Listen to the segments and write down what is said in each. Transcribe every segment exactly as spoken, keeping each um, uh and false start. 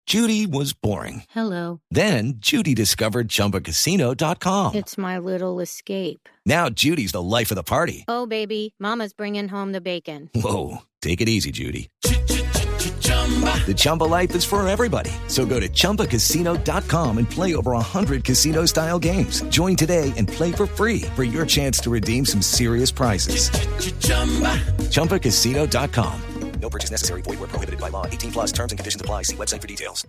Judy was boring. Hello. Then Judy discovered Chumba Casino dot com. It's my little escape. Now Judy's the life of the party. Oh, baby, mama's bringing home the bacon. Whoa, take it easy, Judy. The Chumba life is for everybody. So go to Chumba Casino dot com and play over one hundred casino-style games. Join today and play for free for your chance to redeem some serious prizes. Chumba Casino dot com. No purchase necessary. Void where prohibited by law. eighteen plus terms and conditions apply. See website for details.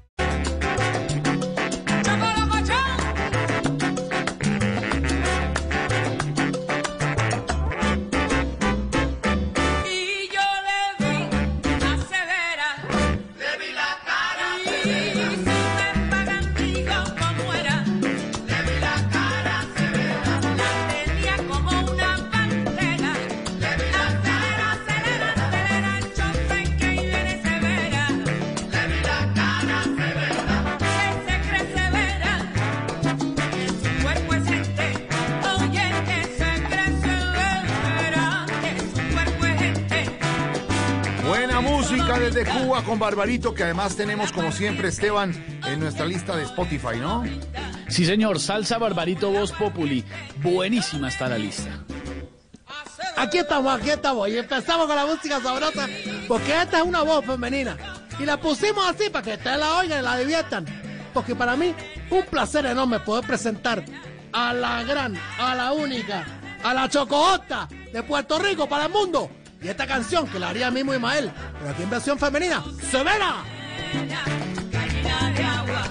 Desde Cuba con Barbarito, que además tenemos como siempre, Esteban, en nuestra lista de Spotify, ¿no? Sí, señor, salsa Barbarito Voz Populi. Buenísima está la lista. Aquí estamos, aquí estamos. Y empezamos con la música sabrosa, porque esta es una voz femenina. Y la pusimos así para que ustedes la oigan y la diviertan. Porque para mí, un placer enorme poder presentar a la gran, a la única, a la Chocojota de Puerto Rico para el mundo. Y esta canción que la haría mismo Ismael, pero aquí en versión femenina, ¡Severa! Gallina de agua,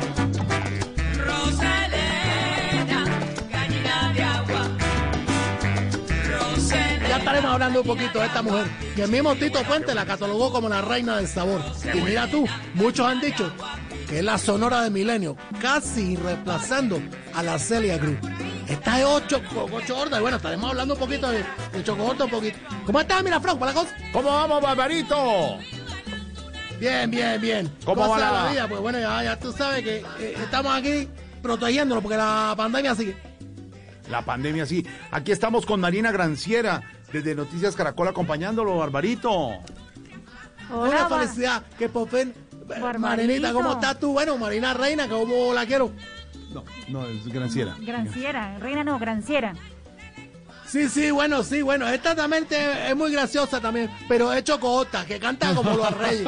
Rosalena, gallina de agua, Rosalena. Ya estaremos hablando un poquito de esta mujer, que el mismo Tito Puente la catalogó como la reina del sabor. Y mira tú, muchos han dicho que es la Sonora de Milenio, casi reemplazando a la Celia Cruz. Esta es ocho, ocho hordas. Bueno, estaremos hablando un poquito de, de Chocojota un poquito. ¿Cómo estás, Miraflón, para la cosa? ¿Cómo vamos, Barbarito? Bien, bien, bien. ¿Cómo va la... la vida? Pues bueno, ya, ya tú sabes que eh, estamos aquí protegiéndolo porque la pandemia sigue. La pandemia sí. Aquí estamos con Marina Granciera, desde Noticias Caracol, acompañándolo, Barbarito. Hola, una felicidad, que por fin... Barbarito. Marinita, ¿cómo estás tú? Bueno, Marina Reina, ¿cómo la quiero? No, no, es Granciera. Granciera, Reina no, Granciera. Sí, sí, bueno, sí, bueno, esta también te, es muy graciosa también, pero es Chocojota, que canta como los reyes.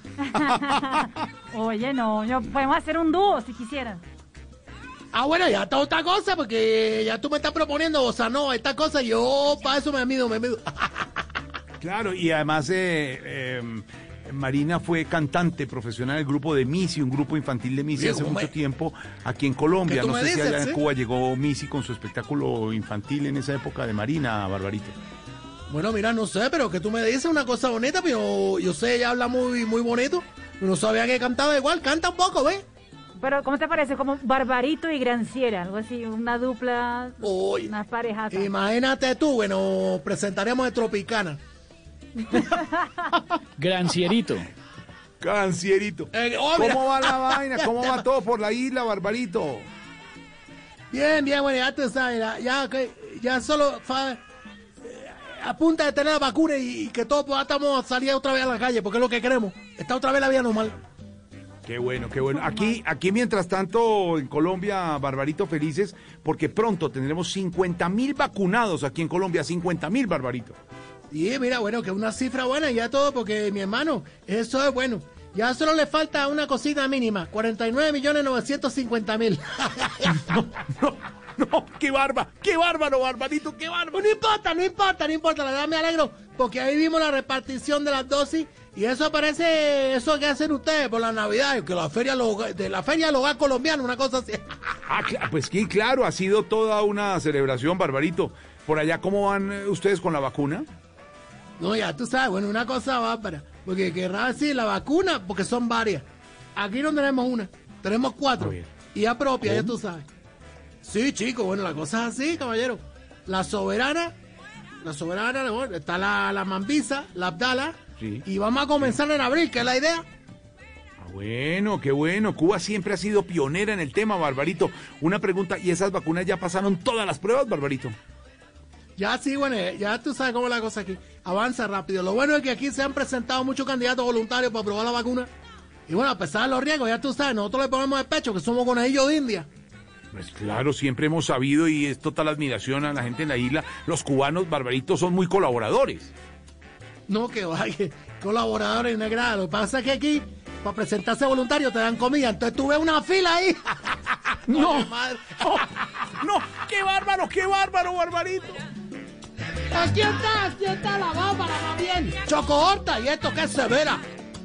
Oye, no, yo, podemos hacer un dúo si quisieran. Ah, bueno, ya está otra cosa, porque ya tú me estás proponiendo, o sea, no, esta cosa, yo para eso me mido, me mido. Claro, y además eh, eh, Marina fue cantante profesional del grupo de Missy, un grupo infantil de Missy hace mucho me... tiempo aquí en Colombia. No sé dices, si allá ¿sí? en Cuba llegó Missy con su espectáculo infantil en esa época de Marina, Barbarito. Bueno, mira, no sé, pero que tú me dices una cosa bonita, pero yo sé, ella habla muy, muy bonito. No sabía que cantaba igual, canta un poco, ¿ves? Pero, ¿cómo te parece? Como Barbarito y Granciera, algo así, una dupla, Uy, una pareja. Imagínate tú, bueno, presentaremos de Tropicana. Grancierito. Grancierito. Eh, oh, ¿Cómo va la vaina? ¿Cómo va todo por la isla, Barbarito? Bien, bien, bueno, ya tú sabes, ya, ya solo fa, eh, a punta de tener la vacuna y, y que todos podamos salir otra vez a la calle, porque es lo que queremos. Está otra vez la vida normal. Qué bueno, qué bueno. Aquí, aquí mientras tanto, en Colombia, Barbarito, felices, porque pronto tendremos cincuenta mil vacunados aquí en Colombia, cincuenta mil, Barbarito. Sí, mira, bueno, que una cifra buena y ya todo, porque mi hermano, eso es bueno. Ya solo le falta una cosita mínima, cuarenta y nueve millones novecientos cincuenta mil. No, no, no, qué barba, qué bárbaro, Barbarito, qué bárbaro. No importa, no importa, no importa, la verdad me alegro, porque ahí vimos la repartición de las dosis y eso parece eso que hacen ustedes por la Navidad, que la feria de la feria del hogar colombiano, una cosa así. Ah, pues sí, claro, ha sido toda una celebración, Barbarito. Por allá, ¿cómo van ustedes con la vacuna? No, ya tú sabes, bueno, una cosa bárbara, porque querrá decir la vacuna, porque son varias. Aquí no tenemos una, tenemos cuatro, y ya propia, ya tú sabes. Sí, chicos, bueno, la cosa es así, caballero. La soberana, la soberana, bueno, está la, la Mambisa, la Abdala, sí, y vamos a comenzar sí. en abril, que es la idea. Ah, bueno, qué bueno. Cuba siempre ha sido pionera en el tema, Barbarito. Una pregunta, ¿y esas vacunas ya pasaron todas las pruebas, Barbarito? Ya sí, bueno, ya tú sabes cómo es la cosa aquí. Avanza rápido. Lo bueno es que aquí se han presentado muchos candidatos voluntarios para probar la vacuna. Y bueno, a pesar de los riesgos, ya tú sabes, nosotros le ponemos el pecho que somos conejillos de India. Pues claro, siempre hemos sabido y es total admiración a la gente en la isla. Los cubanos, Barbarito, son muy colaboradores. No, que vaya, colaboradores, negra. Lo que pasa es que aquí, para presentarse voluntario, te dan comida. Entonces tú ves una fila ahí. No, madre. No, no, qué bárbaro, qué bárbaro, Barbarito. Aquí está, aquí está la bárbara, más bien. Choco Horta, y esto que es severa.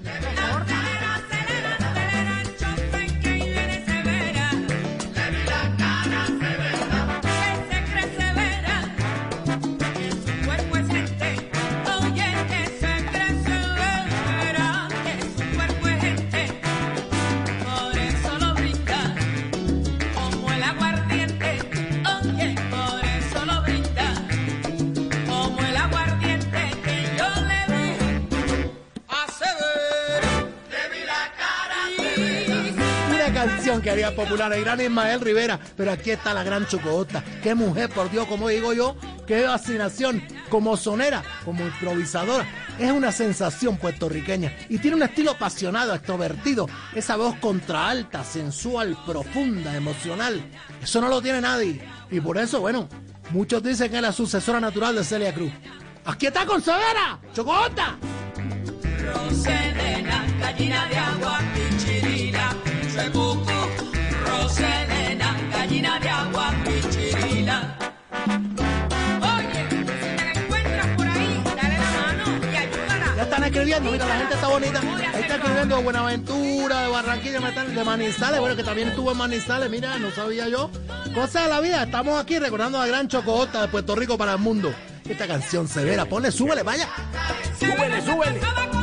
Canción que haría popular el gran Ismael Rivera, pero aquí está la gran Choco Horta. Qué mujer, por Dios, como digo yo, qué fascinación, como sonera, como improvisadora. Es una sensación puertorriqueña y tiene un estilo apasionado, extrovertido, esa voz contraalta, sensual, profunda, emocional. Eso no lo tiene nadie y por eso, bueno, muchos dicen que es la sucesora natural de Celia Cruz. Aquí está con Severa, Choco Horta. Roselena, gallina de agua, pichirila, chebuco. Roselena, gallina de agua, pichirila. Oye, si te la encuentras por ahí, dale la mano y ayúdala. Ya están escribiendo, mira, la gente está bonita. Ahí está escribiendo de Buenaventura, de Barranquilla, de Manizales, bueno, que también estuvo en Manizales, mira, no sabía yo. Cosas de la vida, estamos aquí recordando a la gran Choco Horta de Puerto Rico para el mundo. Esta canción severa, ponle, súbele, vaya. Súbele, súbele.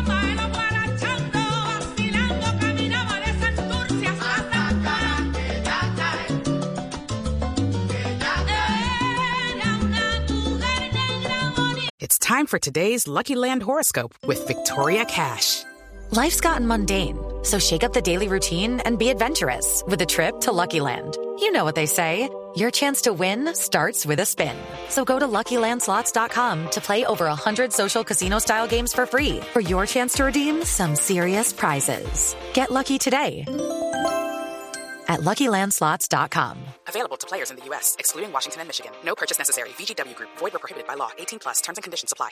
It's time for today's Lucky Land horoscope with Victoria Cash. Life's gotten mundane, so shake up the daily routine and be adventurous with a trip to Lucky Land. You know what they say, your chance to win starts with a spin. So go to Lucky Land Slots dot com to play over one hundred social casino-style games for free for your chance to redeem some serious prizes. Get lucky today at Lucky Land Slots dot com. Available to players in the U S, excluding Washington and Michigan. No purchase necessary. V G W Group. Void where prohibited by law. eighteen plus. Terms and conditions apply.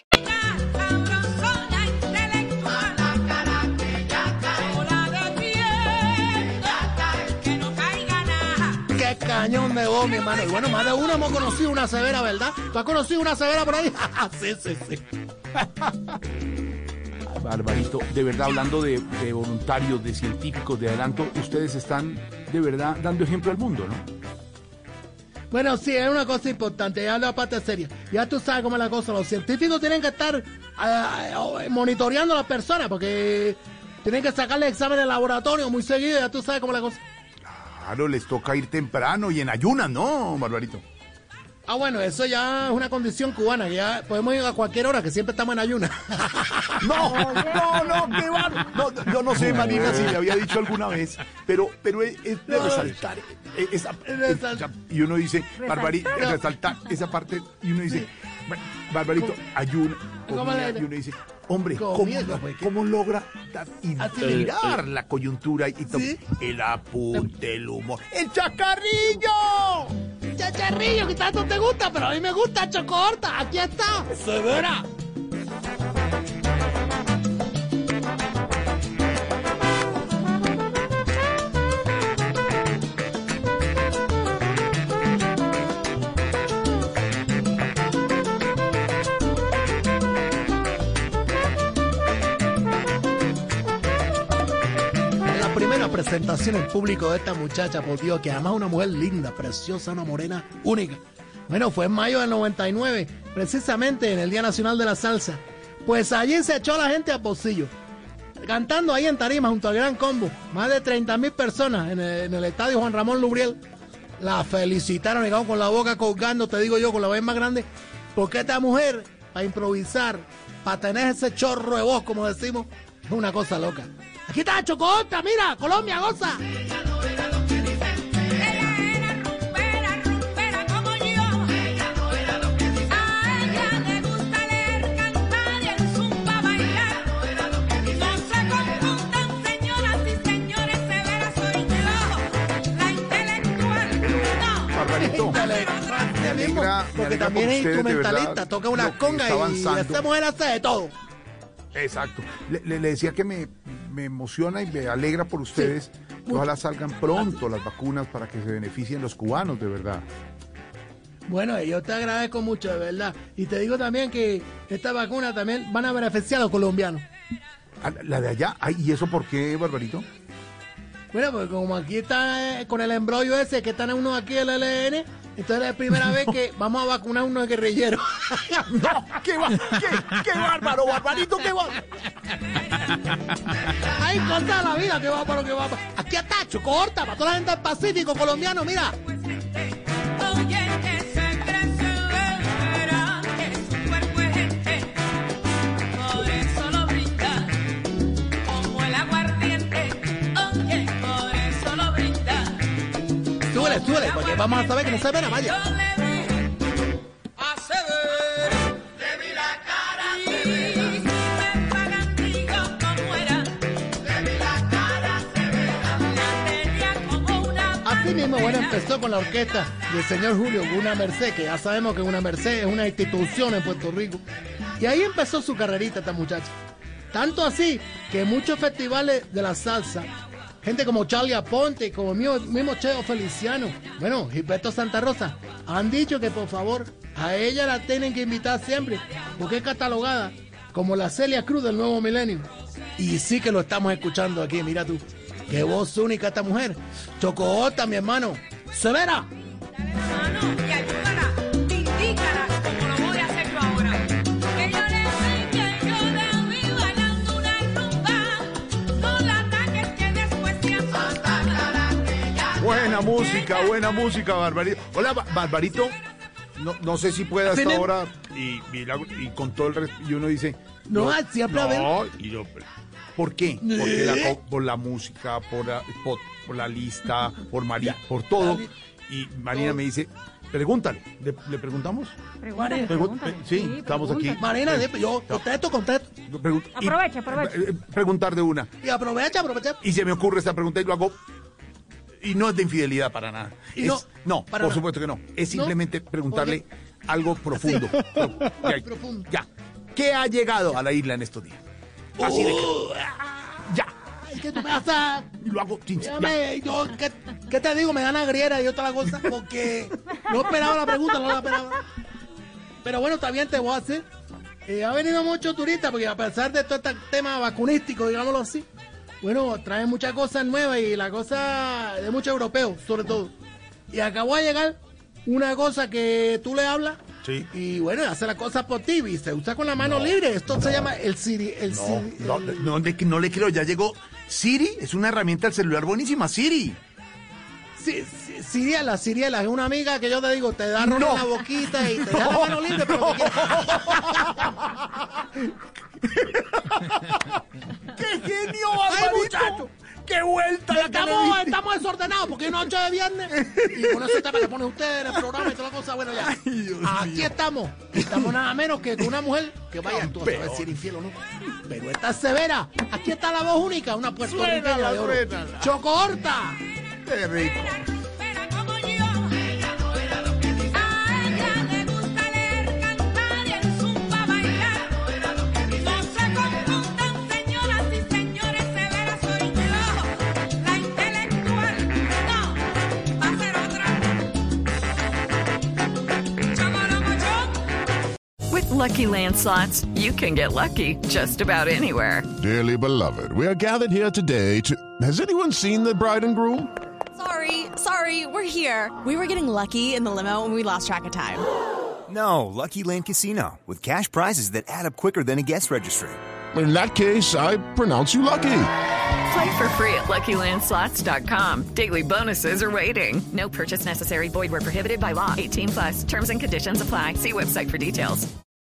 Qué cañón de voz, mi hermano. Y bueno, más de uno hemos conocido una severa, ¿verdad? ¿Tú has conocido una severa por ahí? Sí, sí, sí. Barbarito, de verdad, hablando de, de voluntarios, de científicos, de adelanto, ustedes están de verdad dando ejemplo al mundo, ¿no? Bueno, sí, es una cosa importante, ya la parte seria. Ya tú sabes cómo es la cosa, los científicos tienen que estar uh, monitoreando a las personas porque tienen que sacarle exámenes de laboratorio muy seguido, ya tú sabes cómo es la cosa. Claro, les toca ir temprano y en ayunas, ¿no, Barbarito? Ah, bueno, eso ya es una condición cubana, que ya podemos ir a cualquier hora, que siempre estamos en ayuna. No, no, no, qué bárbaro. No, yo no sé, Marina, si le había dicho alguna vez, pero, pero es, es de resaltar. Esa, esa, y uno dice, Barbarito, resaltar esa parte, y uno dice, Barbarito, ayuna, comida, y uno dice, hombre, ¿cómo, ¿cómo logra admirar la coyuntura y todo? ¿Sí? El apunte, el humor, el chacarrillo. Chacharrillo, que tanto te gusta, pero a mí me gusta Choco Horta. Aquí está, severa. Presentación en público de esta muchacha, por Dios, que además es una mujer linda, preciosa, una morena única. Bueno, fue en mayo del noventa y nueve, precisamente en el Día Nacional de la Salsa. Pues allí se echó la gente a bolsillo, cantando ahí en tarima junto al Gran Combo. Más de treinta mil personas en el, en el estadio Juan Ramón Lubriel. La felicitaron, digamos, con la boca colgando, te digo yo, con la voz más grande, porque esta mujer, para improvisar, para tener ese chorro de voz, como decimos, es una cosa loca. Aquí está Choco Horta, mira, Colombia, goza. Ella no era lo que dicen. Ella era rumbera, rumbera como yo. Ella no era lo que dicen. A ella le gusta leer, cantar y el zumba bailar. Ella no era lo que dicen. No se confundan, señoras y Barbarito. Me alegra, porque también es instrumentalista, toca una conga y esta mujer hace de todo. Exacto. Le, le, le decía que me, me emociona y me alegra por ustedes. Sí, ojalá salgan pronto las vacunas para que se beneficien los cubanos, de verdad. Bueno, yo te agradezco mucho, de verdad. Y te digo también que esta vacuna también van a beneficiar a los colombianos. ¿La de allá? Ay, ¿y eso por qué, Barbarito? Bueno, pues como aquí está eh, con el embrollo ese que están unos aquí el L N, entonces es la primera vez que vamos a vacunar a unos guerrilleros. ¡No! ¡Qué, ba- qué, qué bárbaro, Barbarito, qué bárbaro! Hay cosas de la vida, qué bárbaro, qué bárbaro. Aquí está, Chocorta, para toda la gente del Pacífico colombiano, mira. Oye, ese crecerá, que su cuerpo es gente, por eso lo brinda, como el aguardiente. Oye, por eso lo brinda. Súbele, súbele, porque vamos a saber que no se ve nada, vaya. Yo le vi hace ver, le vi la cara, le vi, me pagan digo como era, le vi la cara severa, la tenía como una. Así mismo, bueno, empezó con la orquesta del señor Julio, una Merced, que ya sabemos que una Merced es una institución en Puerto Rico. Y ahí empezó su carrerita esta muchacha. Tanto así que muchos festivales de la salsa, gente como Charlie Aponte, como mío, mismo Cheo Feliciano, bueno, Gilberto Santa Rosa, han dicho que por favor a ella la tienen que invitar siempre, porque es catalogada como la Celia Cruz del nuevo milenio. Y sí que lo estamos escuchando aquí, mira tú. Qué voz única esta mujer. Chocoota, mi hermano. Severa. Hermano, y ayúdala, indícala como lo voy a hacer yo ahora. Que yo le enseñe, yo le vi bailando una rumba, no la ataques que después te asustan. Buena música, buena música, Barbarito. Hola, Ba- Barbarito. No, no sé si puede hasta ¿Tienen? ahora y, y, la- y con todo el resto, y uno dice... No, siempre a ver. No, y yo... ¿Por qué? Porque la, co- por la música, por la, por, por la lista, por María, por todo. Y Marina me dice, pregúntale. ¿Le, le preguntamos? Pregúntale, Pregun- pregúntale. sí, estamos aquí. Marina, yo contesto, contesto. Pregun- y- Aprovecha, aprovecha. eh, preguntar de una. Y aprovecha, aprovecha. Y se me ocurre esta pregunta y lo hago. Y no es de infidelidad para nada. Y Es- no, no, para por nada. supuesto que no. Es ¿No? simplemente preguntarle algo profundo. Pro- ya, Profundo. ya. ¿Qué ha llegado a la isla en estos días? Así de claro. Ya. Ay, ¿qué tú me haces? Y lo hago. chin, ya. Dígame, yo, ¿qué, qué te digo? Me dan a griera y otra cosa, porque no esperaba la pregunta, no la esperaba. Pero bueno, está bien, te voy a hacer. Eh, ha venido mucho turista, porque a pesar de todo este tema vacunístico, digámoslo así, bueno, traen muchas cosas nuevas y la cosa de muchos europeos, sobre todo. Y acabó de llegar una cosa que tú le hablas. Sí. Y bueno, hace la cosa por ti y se usa con la mano No, libre. Esto no. se llama el Siri. El No, Siri no, el- no, le- no le creo, ya llegó. Siri es una herramienta del celular buenísima, Siri. Sí, sí, Siriela, Siriela, es una amiga que yo te digo, te da ron No. en la boquita y te da la mano libre, pero que ¡Qué genio, ¡Ay, muchacho! ¡Qué vuelta la que le estamos, diste! estamos desordenados porque es noche de viernes y con ese tema que pone usted en el programa y toda la cosa, bueno ya. Dios Aquí mío. estamos, estamos nada menos que con una mujer que vaya tú a saber si era infiel o no. Pero esta es severa, aquí está la voz única, una puertorriqueña Suénala, de oro. suénala. Chocorta. ¡Qué rico! Era como yo, ella no era lo que dice. A ella le gusta leer, cantar y en zumba bailar. No se confundan, señoras y señores, severa soy yo, la intelectual. No, va a ser otra. Chocolocochón. With Lucky Land Slots, you can get lucky just about anywhere. Dearly beloved, we are gathered here today to... Has anyone seen the bride and groom? Sorry, sorry, we're here. We were getting lucky in the limo and we lost track of time. No, Lucky Land Casino, with cash prizes that add up quicker than a guest registry. In that case, I pronounce you lucky. Play for free at Lucky Land Slots dot com. Daily bonuses are waiting. No purchase necessary. Void where prohibited by law. eighteen plus. Terms and conditions apply. See website for details.